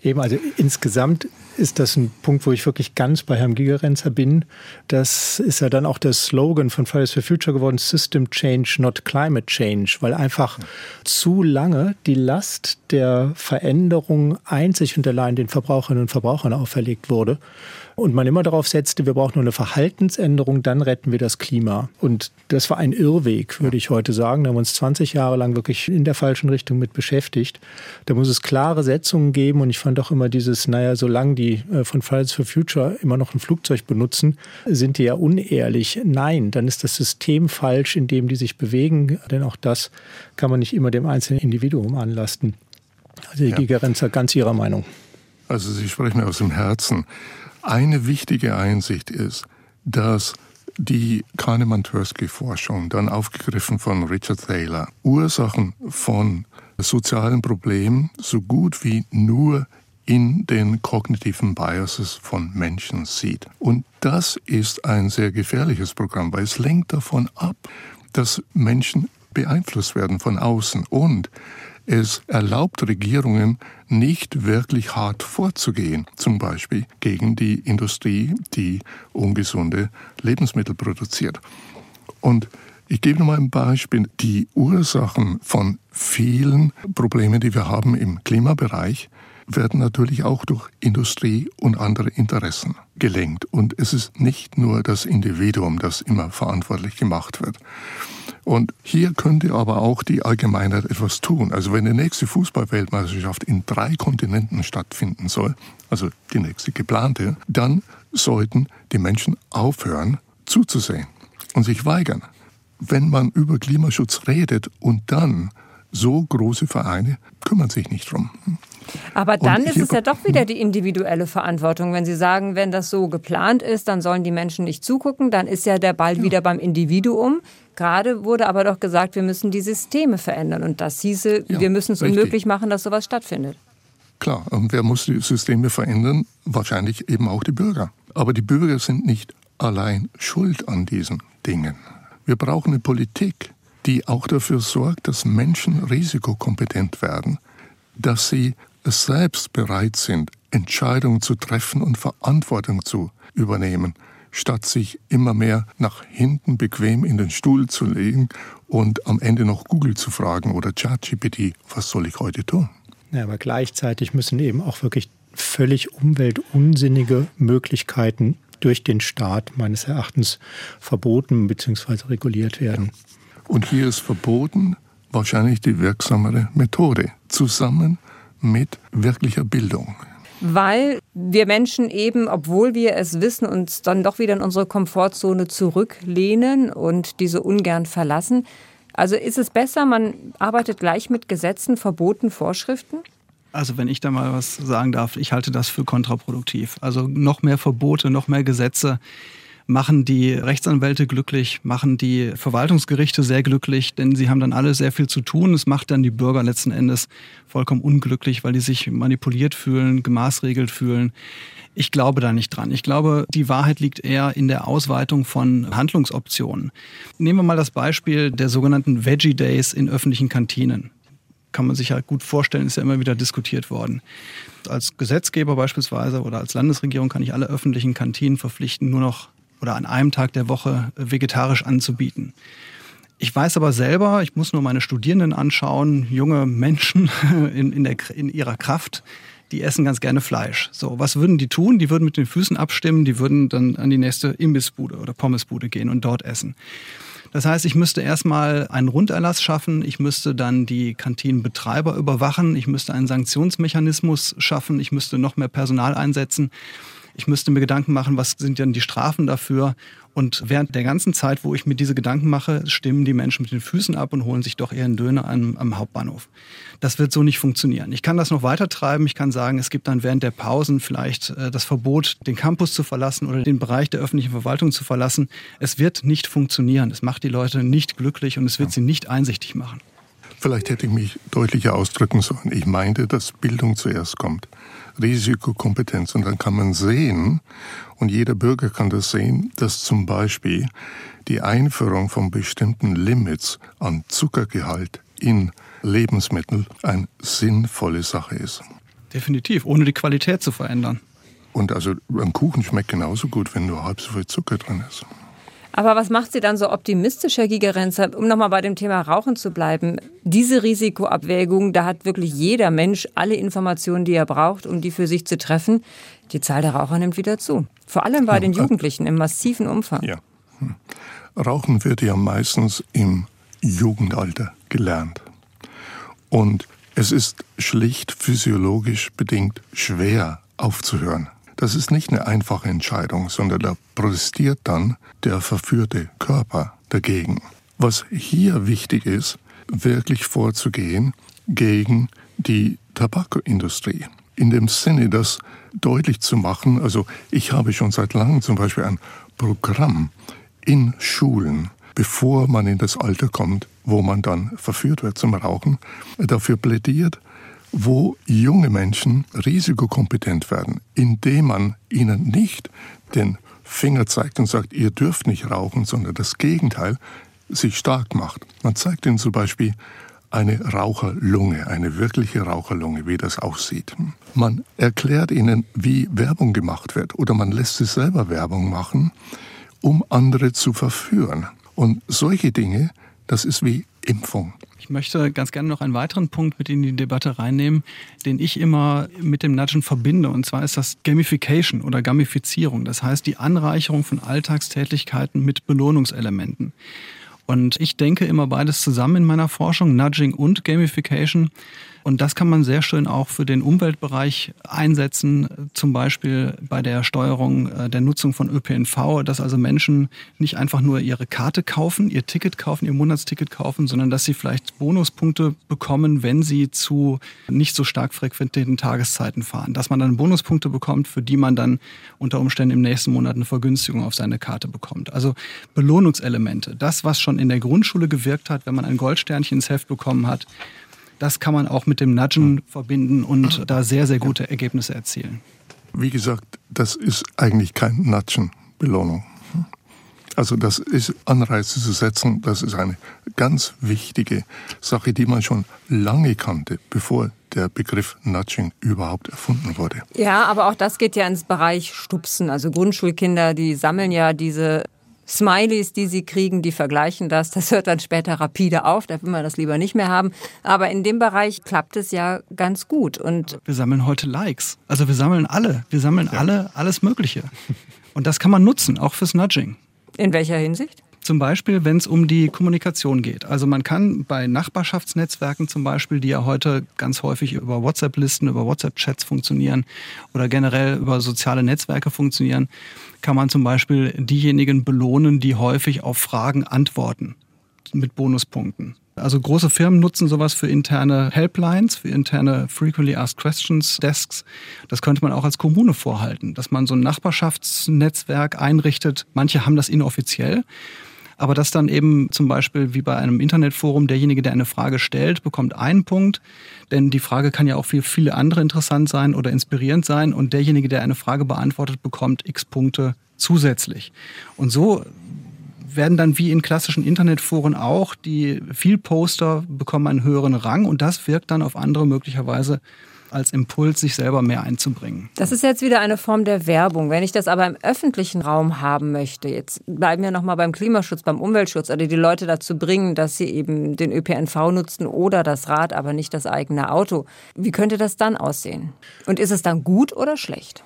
Eben, also insgesamt ist das ein Punkt, wo ich wirklich ganz bei Herrn Gigerenzer bin. Das ist ja dann auch der Slogan von Fridays for Future geworden, System Change, not Climate Change, weil einfach zu lange die Last der Veränderung einzig und allein den Verbraucherinnen und Verbrauchern auferlegt wurde. Und man immer darauf setzte, wir brauchen nur eine Verhaltensänderung, dann retten wir das Klima. Und das war ein Irrweg, würde ich heute sagen. Da haben wir uns 20 Jahre lang wirklich in der falschen Richtung mit beschäftigt. Da muss es klare Setzungen geben. Und ich fand auch immer dieses, solange die von Fridays for Future immer noch ein Flugzeug benutzen, sind die ja unehrlich. Nein, dann ist das System falsch, in dem die sich bewegen. Denn auch das kann man nicht immer dem einzelnen Individuum anlasten. Also die Gigerenzer ganz ihrer Meinung. Also Sie sprechen aus dem Herzen. Eine wichtige Einsicht ist, dass die Kahnemann-Tversky-Forschung, dann aufgegriffen von Richard Thaler, Ursachen von sozialen Problemen so gut wie nur in den kognitiven Biases von Menschen sieht. Und das ist ein sehr gefährliches Programm, weil es lenkt davon ab, dass Menschen beeinflusst werden von außen und es erlaubt Regierungen nicht wirklich hart vorzugehen, zum Beispiel gegen die Industrie, die ungesunde Lebensmittel produziert. Und ich gebe noch mal ein Beispiel. Die Ursachen von vielen Problemen, die wir haben im Klimabereich, werden natürlich auch durch Industrie und andere Interessen gelenkt. Und es ist nicht nur das Individuum, das immer verantwortlich gemacht wird. Und hier könnte aber auch die Allgemeinheit etwas tun. Also wenn die nächste Fußball-Weltmeisterschaft in 3 Kontinenten stattfinden soll, also die nächste geplante, dann sollten die Menschen aufhören zuzusehen und sich weigern. Wenn man über Klimaschutz redet und dann so große Vereine kümmern sich nicht drum. Aber dann ist es ja doch wieder die individuelle Verantwortung. Wenn Sie sagen, wenn das so geplant ist, dann sollen die Menschen nicht zugucken, dann ist ja der Ball wieder beim Individuum. Gerade wurde aber doch gesagt, wir müssen die Systeme verändern. Und das hieße, wir müssen es unmöglich machen, dass sowas stattfindet. Klar, und wer muss die Systeme verändern? Wahrscheinlich eben auch die Bürger. Aber die Bürger sind nicht allein schuld an diesen Dingen. Wir brauchen eine Politik, die auch dafür sorgt, dass Menschen risikokompetent werden, dass sie selbst bereit sind, Entscheidungen zu treffen und Verantwortung zu übernehmen, statt sich immer mehr nach hinten bequem in den Stuhl zu legen und am Ende noch Google zu fragen oder ChatGPT, was soll ich heute tun? Ja, aber gleichzeitig müssen eben auch wirklich völlig umweltunsinnige Möglichkeiten durch den Staat meines Erachtens verboten bzw. reguliert werden. Und hier ist verboten wahrscheinlich die wirksamere Methode, zusammen mit wirklicher Bildung. Weil wir Menschen eben, obwohl wir es wissen, uns dann doch wieder in unsere Komfortzone zurücklehnen und diese ungern verlassen. Also ist es besser, man arbeitet gleich mit Gesetzen, Verboten, Vorschriften? Also wenn ich da mal was sagen darf, ich halte das für kontraproduktiv. Also noch mehr Verbote, noch mehr Gesetze machen die Rechtsanwälte glücklich, machen die Verwaltungsgerichte sehr glücklich, denn sie haben dann alle sehr viel zu tun. Es macht dann die Bürger letzten Endes vollkommen unglücklich, weil die sich manipuliert fühlen, gemaßregelt fühlen. Ich glaube da nicht dran. Ich glaube, die Wahrheit liegt eher in der Ausweitung von Handlungsoptionen. Nehmen wir mal das Beispiel der sogenannten Veggie Days in öffentlichen Kantinen. Kann man sich ja gut vorstellen, ist ja immer wieder diskutiert worden. Als Gesetzgeber beispielsweise oder als Landesregierung kann ich alle öffentlichen Kantinen verpflichten, nur noch oder an einem Tag der Woche vegetarisch anzubieten. Ich weiß aber selber, ich muss nur meine Studierenden anschauen, junge Menschen in ihrer Kraft, die essen ganz gerne Fleisch. So, was würden die tun? Die würden mit den Füßen abstimmen, die würden dann an die nächste Imbissbude oder Pommesbude gehen und dort essen. Das heißt, ich müsste erstmal einen Runderlass schaffen, ich müsste dann die Kantinenbetreiber überwachen, ich müsste einen Sanktionsmechanismus schaffen, ich müsste noch mehr Personal einsetzen. Ich müsste mir Gedanken machen, was sind denn die Strafen dafür? Und während der ganzen Zeit, wo ich mir diese Gedanken mache, stimmen die Menschen mit den Füßen ab und holen sich doch eher einen Döner am Hauptbahnhof. Das wird so nicht funktionieren. Ich kann das noch weiter treiben. Ich kann sagen, es gibt dann während der Pausen vielleicht das Verbot, den Campus zu verlassen oder den Bereich der öffentlichen Verwaltung zu verlassen. Es wird nicht funktionieren. Es macht die Leute nicht glücklich und es wird sie nicht einsichtig machen. Vielleicht hätte ich mich deutlicher ausdrücken sollen. Ich meinte, dass Bildung zuerst kommt. Risikokompetenz. Und dann kann man sehen, und jeder Bürger kann das sehen, dass zum Beispiel die Einführung von bestimmten Limits an Zuckergehalt in Lebensmitteln eine sinnvolle Sache ist. Definitiv, ohne die Qualität zu verändern. Und also ein Kuchen schmeckt genauso gut, wenn nur halb so viel Zucker drin ist. Aber was macht Sie dann so optimistisch, Herr Gigerenzer, um nochmal bei dem Thema Rauchen zu bleiben? Diese Risikoabwägung, da hat wirklich jeder Mensch alle Informationen, die er braucht, um die für sich zu treffen. Die Zahl der Raucher nimmt wieder zu. Vor allem bei den Jugendlichen im massiven Umfang. Ja. Rauchen wird ja meistens im Jugendalter gelernt. Und es ist schlicht physiologisch bedingt schwer aufzuhören. Das ist nicht eine einfache Entscheidung, sondern da protestiert dann der verführte Körper dagegen. Was hier wichtig ist, wirklich vorzugehen gegen die Tabakindustrie. In dem Sinne, das deutlich zu machen, also ich habe schon seit langem zum Beispiel ein Programm in Schulen, bevor man in das Alter kommt, wo man dann verführt wird zum Rauchen, dafür plädiert, wo junge Menschen risikokompetent werden, indem man ihnen nicht den Finger zeigt und sagt, ihr dürft nicht rauchen, sondern das Gegenteil sich stark macht. Man zeigt ihnen zum Beispiel eine Raucherlunge, eine wirkliche Raucherlunge, wie das aussieht. Man erklärt ihnen, wie Werbung gemacht wird, oder man lässt sie selber Werbung machen, um andere zu verführen. Und solche Dinge, das ist wie Impfung. Ich möchte ganz gerne noch einen weiteren Punkt mit in die Debatte reinnehmen, den ich immer mit dem Nudgen verbinde. Und zwar ist das Gamification oder Gamifizierung. Das heißt die Anreicherung von Alltagstätigkeiten mit Belohnungselementen. Und ich denke immer beides zusammen in meiner Forschung, Nudging und Gamification. Und das kann man sehr schön auch für den Umweltbereich einsetzen, zum Beispiel bei der Steuerung der Nutzung von ÖPNV, dass also Menschen nicht einfach nur ihre Karte kaufen, ihr Ticket kaufen, ihr Monatsticket kaufen, sondern dass sie vielleicht Bonuspunkte bekommen, wenn sie zu nicht so stark frequentierten Tageszeiten fahren. Dass man dann Bonuspunkte bekommt, für die man dann unter Umständen im nächsten Monat eine Vergünstigung auf seine Karte bekommt. Also Belohnungselemente, das, was schon in der Grundschule gewirkt hat, wenn man ein Goldsternchen ins Heft bekommen hat, das kann man auch mit dem Nudgen verbinden und da sehr, sehr gute Ergebnisse erzielen. Wie gesagt, das ist eigentlich kein Nudgen, Belohnung. Also das ist Anreize zu setzen, das ist eine ganz wichtige Sache, die man schon lange kannte, bevor der Begriff Nudging überhaupt erfunden wurde. Ja, aber auch das geht ja ins Bereich Stupsen. Also Grundschulkinder, die sammeln ja diese Smileys, die sie kriegen, die vergleichen das. Das hört dann später rapide auf, da will man das lieber nicht mehr haben. Aber in dem Bereich klappt es ja ganz gut. Und wir sammeln heute Likes. Also wir sammeln alle. Wir sammeln alles Mögliche. Und das kann man nutzen, auch fürs Nudging. In welcher Hinsicht? Zum Beispiel, wenn es um die Kommunikation geht. Also man kann bei Nachbarschaftsnetzwerken zum Beispiel, die ja heute ganz häufig über WhatsApp-Listen, über WhatsApp-Chats funktionieren oder generell über soziale Netzwerke funktionieren, kann man zum Beispiel diejenigen belohnen, die häufig auf Fragen antworten mit Bonuspunkten. Also große Firmen nutzen sowas für interne Helplines, für interne Frequently Asked Questions Desks. Das könnte man auch als Kommune vorhalten, dass man so ein Nachbarschaftsnetzwerk einrichtet. Manche haben das inoffiziell. Aber dass dann eben zum Beispiel wie bei einem Internetforum derjenige, der eine Frage stellt, bekommt einen Punkt. Denn die Frage kann ja auch für viele andere interessant sein oder inspirierend sein. Und derjenige, der eine Frage beantwortet, bekommt x Punkte zusätzlich. Und so werden dann wie in klassischen Internetforen auch die Vielposter bekommen einen höheren Rang. Und das wirkt dann auf andere möglicherweise als Impuls, sich selber mehr einzubringen. Das ist jetzt wieder eine Form der Werbung. Wenn ich das aber im öffentlichen Raum haben möchte, jetzt bleiben wir nochmal beim Klimaschutz, beim Umweltschutz, oder die Leute dazu bringen, dass sie eben den ÖPNV nutzen oder das Rad, aber nicht das eigene Auto. Wie könnte das dann aussehen? Und ist es dann gut oder schlecht?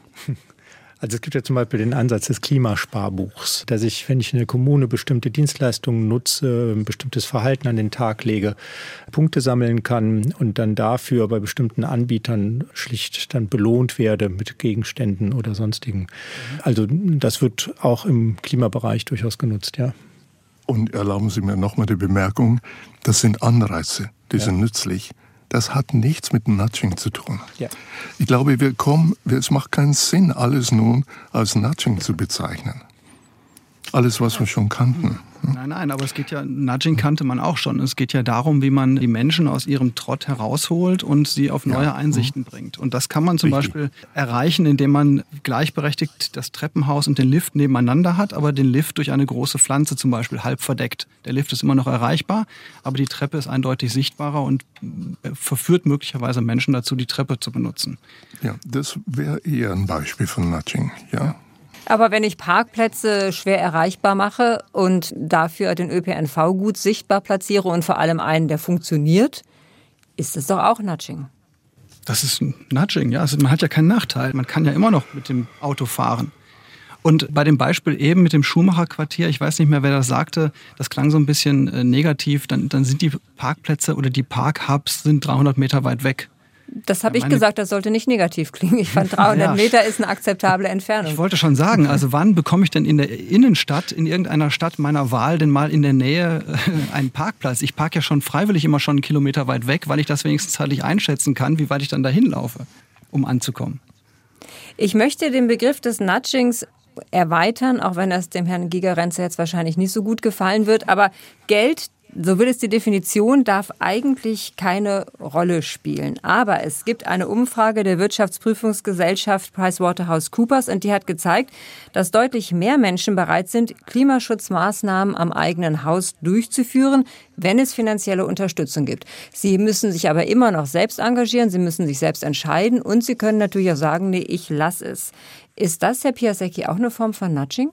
Also es gibt ja zum Beispiel den Ansatz des Klimasparbuchs, dass ich, wenn ich in der Kommune bestimmte Dienstleistungen nutze, ein bestimmtes Verhalten an den Tag lege, Punkte sammeln kann und dann dafür bei bestimmten Anbietern schlicht dann belohnt werde mit Gegenständen oder sonstigen. Also das wird auch im Klimabereich durchaus genutzt, ja. Und erlauben Sie mir nochmal die Bemerkung, das sind Anreize, die sind nützlich. Das hat nichts mit Nudging zu tun. Ja. Ich glaube, es macht keinen Sinn, alles nun als Nudging zu bezeichnen. Alles, was wir schon kannten. Nein, aber es geht ja, Nudging kannte man auch schon. Es geht ja darum, wie man die Menschen aus ihrem Trott herausholt und sie auf neue Einsichten bringt. Und das kann man zum Beispiel erreichen, indem man gleichberechtigt das Treppenhaus und den Lift nebeneinander hat, aber den Lift durch eine große Pflanze zum Beispiel halb verdeckt. Der Lift ist immer noch erreichbar, aber die Treppe ist eindeutig sichtbarer und verführt möglicherweise Menschen dazu, die Treppe zu benutzen. Ja, das wäre eher ein Beispiel von Nudging, ja. Aber wenn ich Parkplätze schwer erreichbar mache und dafür den ÖPNV gut sichtbar platziere und vor allem einen, der funktioniert, ist das doch auch Nudging. Das ist Nudging, ja. Also man hat ja keinen Nachteil. Man kann ja immer noch mit dem Auto fahren. Und bei dem Beispiel eben mit dem Schuhmacherquartier, ich weiß nicht mehr, wer das sagte, das klang so ein bisschen negativ, dann sind die Parkplätze oder die Parkhubs sind 300 Meter weit weg. Das habe ich gesagt, das sollte nicht negativ klingen. Ich fand 300 Meter ist eine akzeptable Entfernung. Ich wollte schon sagen, also wann bekomme ich denn in der Innenstadt, in irgendeiner Stadt meiner Wahl denn mal in der Nähe einen Parkplatz? Ich parke ja schon freiwillig immer schon einen Kilometer weit weg, weil ich das wenigstens zeitlich einschätzen kann, wie weit ich dann dahin laufe, um anzukommen. Ich möchte den Begriff des Nudgings erweitern, auch wenn das dem Herrn Gigerenzer jetzt wahrscheinlich nicht so gut gefallen wird. Aber Geld, so will es die Definition, darf eigentlich keine Rolle spielen. Aber es gibt eine Umfrage der Wirtschaftsprüfungsgesellschaft PricewaterhouseCoopers und die hat gezeigt, dass deutlich mehr Menschen bereit sind, Klimaschutzmaßnahmen am eigenen Haus durchzuführen, wenn es finanzielle Unterstützung gibt. Sie müssen sich aber immer noch selbst engagieren, sie müssen sich selbst entscheiden und sie können natürlich auch sagen, nee, ich lasse es. Ist das, Herr Piasecki, auch eine Form von Nudging?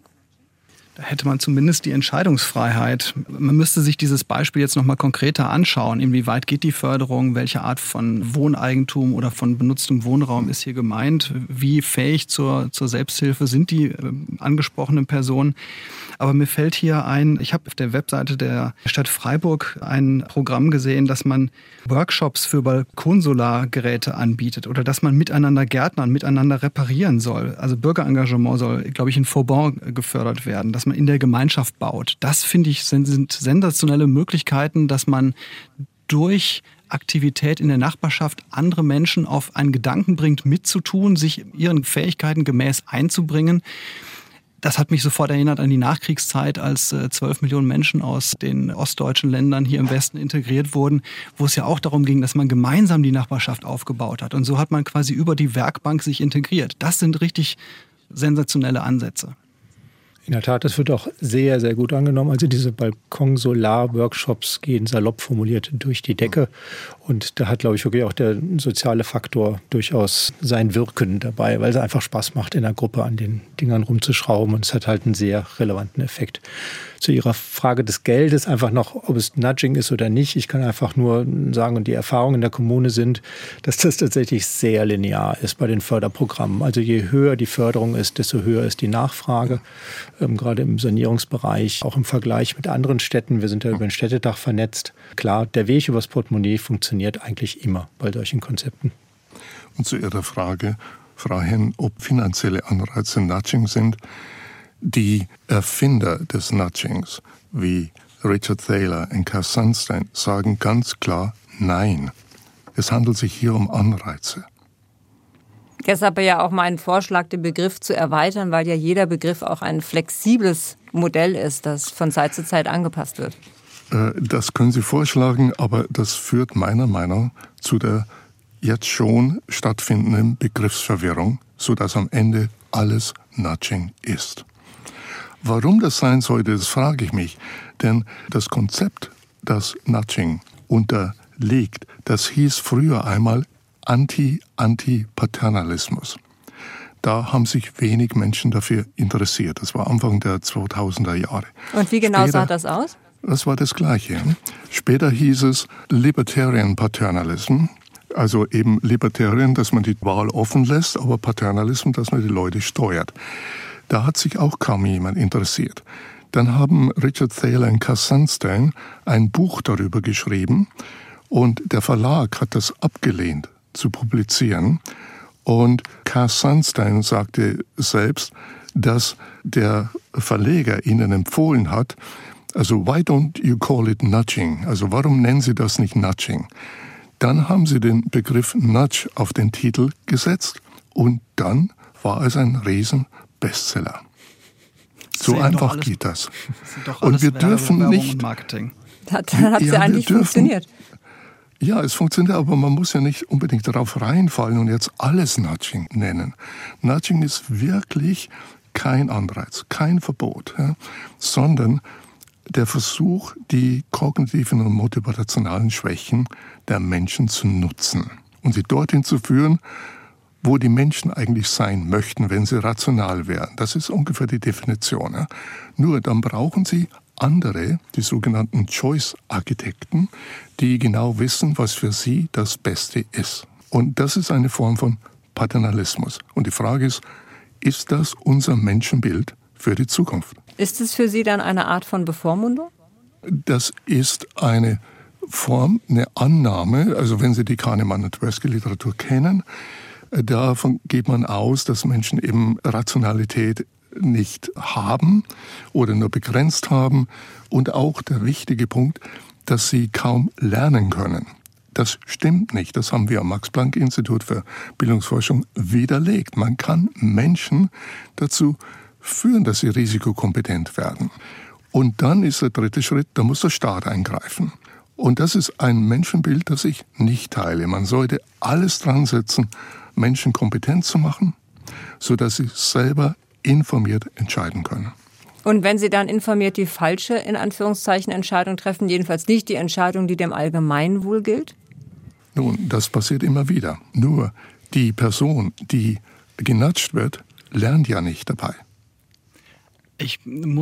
Da hätte man zumindest die Entscheidungsfreiheit. Man müsste sich dieses Beispiel jetzt noch mal konkreter anschauen. Inwieweit geht die Förderung? Welche Art von Wohneigentum oder von benutztem Wohnraum ist hier gemeint? Wie fähig zur Selbsthilfe sind die angesprochenen Personen? Aber mir fällt hier ein, ich habe auf der Webseite der Stadt Freiburg ein Programm gesehen, dass man Workshops für Balkonsolargeräte anbietet oder dass man miteinander gärtnern, miteinander reparieren soll. Also Bürgerengagement soll, glaube ich, in Vauban gefördert werden, dass man in der Gemeinschaft baut. Das, finde ich, sind sensationelle Möglichkeiten, dass man durch Aktivität in der Nachbarschaft andere Menschen auf einen Gedanken bringt, mitzutun, sich ihren Fähigkeiten gemäß einzubringen. Das hat mich sofort erinnert an die Nachkriegszeit, als 12 Millionen Menschen aus den ostdeutschen Ländern hier im Westen integriert wurden, wo es ja auch darum ging, dass man gemeinsam die Nachbarschaft aufgebaut hat. Und so hat man quasi über die Werkbank sich integriert. Das sind richtig sensationelle Ansätze. In der Tat, das wird auch sehr, sehr gut angenommen. Also diese Balkon-Solar-Workshops gehen salopp formuliert durch die Decke. Und da hat, glaube ich, wirklich auch der soziale Faktor durchaus sein Wirken dabei, weil es einfach Spaß macht, in der Gruppe an den Dingern rumzuschrauben. Und es hat halt einen sehr relevanten Effekt. Zu Ihrer Frage des Geldes einfach noch, ob es Nudging ist oder nicht. Ich kann einfach nur sagen, und die Erfahrungen in der Kommune sind, dass das tatsächlich sehr linear ist bei den Förderprogrammen. Also je höher die Förderung ist, desto höher ist die Nachfrage. Gerade im Sanierungsbereich, auch im Vergleich mit anderen Städten. Wir sind ja über den Städtetag vernetzt. Klar, der Weg übers Portemonnaie funktioniert eigentlich immer bei solchen Konzepten. Und zu Ihrer Frage, Frau Henn, ob finanzielle Anreize Nudging sind. Die Erfinder des Nudgings, wie Richard Thaler und Cass Sunstein, sagen ganz klar Nein. Es handelt sich hier um Anreize. Deshalb ja auch mein Vorschlag, den Begriff zu erweitern, weil ja jeder Begriff auch ein flexibles Modell ist, das von Zeit zu Zeit angepasst wird. Das können Sie vorschlagen, aber das führt meiner Meinung nach zu der jetzt schon stattfindenden Begriffsverwirrung, sodass am Ende alles Nudging ist. Warum das sein sollte, das frage ich mich. Denn das Konzept, das Nudging unterliegt, das hieß früher einmal Anti-Paternalismus. Da haben sich wenig Menschen dafür interessiert. Das war Anfang der 2000er Jahre. Und wie genau sah das aus? Das war das Gleiche. Später hieß es Libertarian Paternalism. Also eben Libertarian, dass man die Wahl offen lässt, aber Paternalism, dass man die Leute steuert. Da hat sich auch kaum jemand interessiert. Dann haben Richard Thaler und Cass Sunstein ein Buch darüber geschrieben und der Verlag hat das abgelehnt zu publizieren. Und Cass Sunstein sagte selbst, dass der Verleger ihnen empfohlen hat, also why don't you call it nudging? Also warum nennen Sie das nicht Nudging? Dann haben sie den Begriff Nudge auf den Titel gesetzt und dann war es ein Riesen-Bestseller. So einfach geht das. Und wir dürfen nicht. Dann hat es ja eigentlich funktioniert. Ja, es funktioniert, aber man muss ja nicht unbedingt darauf reinfallen und jetzt alles Nudging nennen. Nudging ist wirklich kein Anreiz, kein Verbot, sondern der Versuch, die kognitiven und motivationalen Schwächen der Menschen zu nutzen und sie dorthin zu führen, wo die Menschen eigentlich sein möchten, wenn sie rational wären. Das ist ungefähr die Definition. Ja? Nur dann brauchen sie andere, die sogenannten Choice-Architekten, die genau wissen, was für sie das Beste ist. Und das ist eine Form von Paternalismus. Und die Frage ist das unser Menschenbild für die Zukunft? Ist es für Sie dann eine Art von Bevormundung? Das ist eine Form, eine Annahme, also wenn Sie die Kahnemann- und Tversky-Literatur kennen, davon geht man aus, dass Menschen eben Rationalität nicht haben oder nur begrenzt haben und auch der wichtige Punkt, dass sie kaum lernen können. Das stimmt nicht. Das haben wir am Max-Planck-Institut für Bildungsforschung widerlegt. Man kann Menschen dazu führen, dass sie risikokompetent werden. Und dann ist der dritte Schritt, da muss der Staat eingreifen. Und das ist ein Menschenbild, das ich nicht teile. Man sollte alles dran setzen, Menschen kompetent zu machen, sodass sie selber informiert entscheiden können. Und wenn Sie dann informiert die falsche, in Anführungszeichen, Entscheidung treffen, jedenfalls nicht die Entscheidung, die dem Allgemeinwohl gilt? Nun, das passiert immer wieder. Nur die Person, die genatscht wird, lernt ja nicht dabei. Ich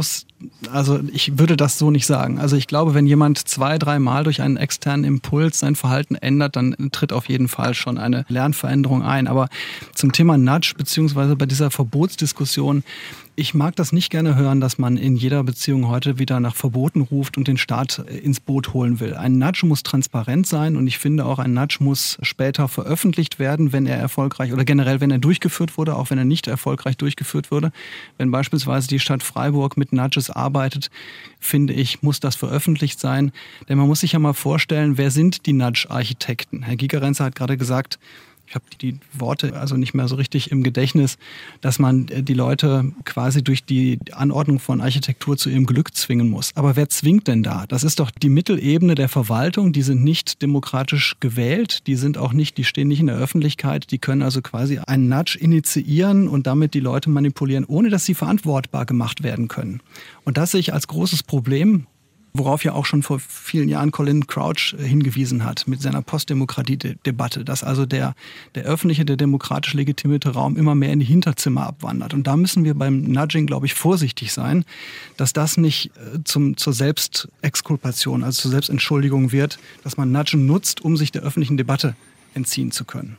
würde das so nicht sagen. Also ich glaube, wenn jemand 2-3 Mal durch einen externen Impuls sein Verhalten ändert, dann tritt auf jeden Fall schon eine Lernveränderung ein. Aber zum Thema Nudge, beziehungsweise bei dieser Verbotsdiskussion, ich mag das nicht gerne hören, dass man in jeder Beziehung heute wieder nach Verboten ruft und den Staat ins Boot holen will. Ein Nudge muss transparent sein und ich finde auch, ein Nudge muss später veröffentlicht werden, wenn er erfolgreich oder generell, wenn er durchgeführt wurde, auch wenn er nicht erfolgreich durchgeführt wurde. Wenn beispielsweise die Stadt Freiburg mit Nudges arbeitet, finde ich, muss das veröffentlicht sein. Denn man muss sich ja mal vorstellen, wer sind die Nudge-Architekten? Herr Gigerenzer hat gerade gesagt, ich habe die Worte also nicht mehr so richtig im Gedächtnis, dass man die Leute quasi durch die Anordnung von Architektur zu ihrem Glück zwingen muss. Aber wer zwingt denn da? Das ist doch die Mittelebene der Verwaltung. Die sind nicht demokratisch gewählt, die stehen nicht in der Öffentlichkeit. Die können also quasi einen Nudge initiieren und damit die Leute manipulieren, ohne dass sie verantwortbar gemacht werden können. Und das sehe ich als großes Problem, worauf ja auch schon vor vielen Jahren Colin Crouch hingewiesen hat mit seiner Postdemokratie-Debatte, dass also der öffentliche, der demokratisch legitimierte Raum immer mehr in die Hinterzimmer abwandert. Und da müssen wir beim Nudging, glaube ich, vorsichtig sein, dass das nicht zur Selbstexkulpation, also zur Selbstentschuldigung wird, dass man Nudging nutzt, um sich der öffentlichen Debatte entziehen zu können.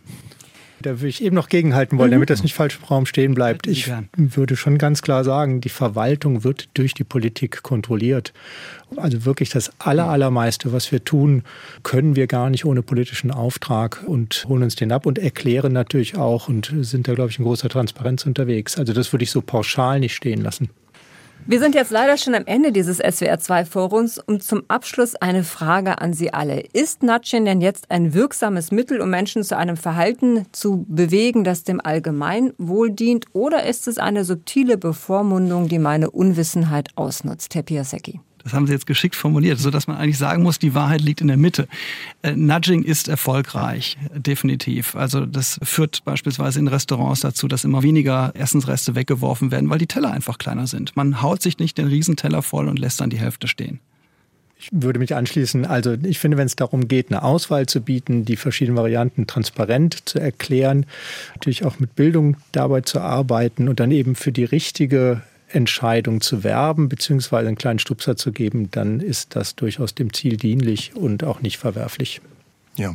Da würde ich eben noch gegenhalten wollen, damit das nicht falsch im Raum stehen bleibt. Ich würde schon ganz klar sagen, die Verwaltung wird durch die Politik kontrolliert. Also wirklich das Allermeiste, was wir tun, können wir gar nicht ohne politischen Auftrag und holen uns den ab und erklären natürlich auch und sind da, glaube ich, in großer Transparenz unterwegs. Also das würde ich so pauschal nicht stehen lassen. Wir sind jetzt leider schon am Ende dieses SWR2-Forums und zum Abschluss eine Frage an Sie alle. Ist Nudging denn jetzt ein wirksames Mittel, um Menschen zu einem Verhalten zu bewegen, das dem Allgemeinwohl dient, oder ist es eine subtile Bevormundung, die meine Unwissenheit ausnutzt? Herr Piasecki. Das haben Sie jetzt geschickt formuliert, sodass man eigentlich sagen muss, die Wahrheit liegt in der Mitte. Nudging ist erfolgreich, definitiv. Also das führt beispielsweise in Restaurants dazu, dass immer weniger Essensreste weggeworfen werden, weil die Teller einfach kleiner sind. Man haut sich nicht den Riesenteller voll und lässt dann die Hälfte stehen. Ich würde mich anschließen. Also ich finde, wenn es darum geht, eine Auswahl zu bieten, die verschiedenen Varianten transparent zu erklären, natürlich auch mit Bildung dabei zu arbeiten und dann eben für die richtige Entscheidung zu werben, beziehungsweise einen kleinen Stupser zu geben, dann ist das durchaus dem Ziel dienlich und auch nicht verwerflich. Ja,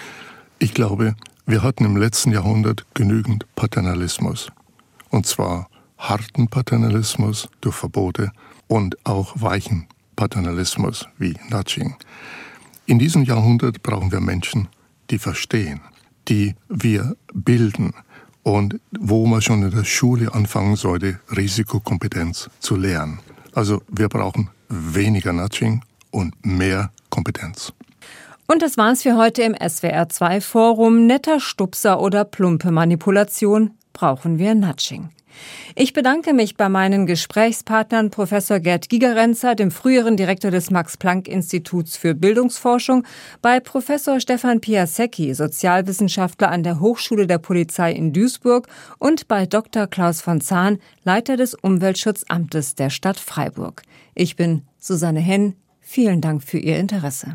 ich glaube, wir hatten im letzten Jahrhundert genügend Paternalismus. Und zwar harten Paternalismus durch Verbote und auch weichen Paternalismus wie Nudging. In diesem Jahrhundert brauchen wir Menschen, die verstehen, die wir bilden, und wo man schon in der Schule anfangen sollte, Risikokompetenz zu lernen. Also wir brauchen weniger Nudging und mehr Kompetenz. Und das war's für heute im SWR2-Forum. Netter Stupser oder plumpe Manipulation? brauchen wir Nudging. Ich bedanke mich bei meinen Gesprächspartnern Professor Gerd Gigerenzer, dem früheren Direktor des Max-Planck-Instituts für Bildungsforschung, bei Professor Stefan Piasecki, Sozialwissenschaftler an der Hochschule der Polizei in Duisburg, und bei Dr. Klaus von Zahn, Leiter des Umweltschutzamtes der Stadt Freiburg. Ich bin Susanne Henn. Vielen Dank für Ihr Interesse.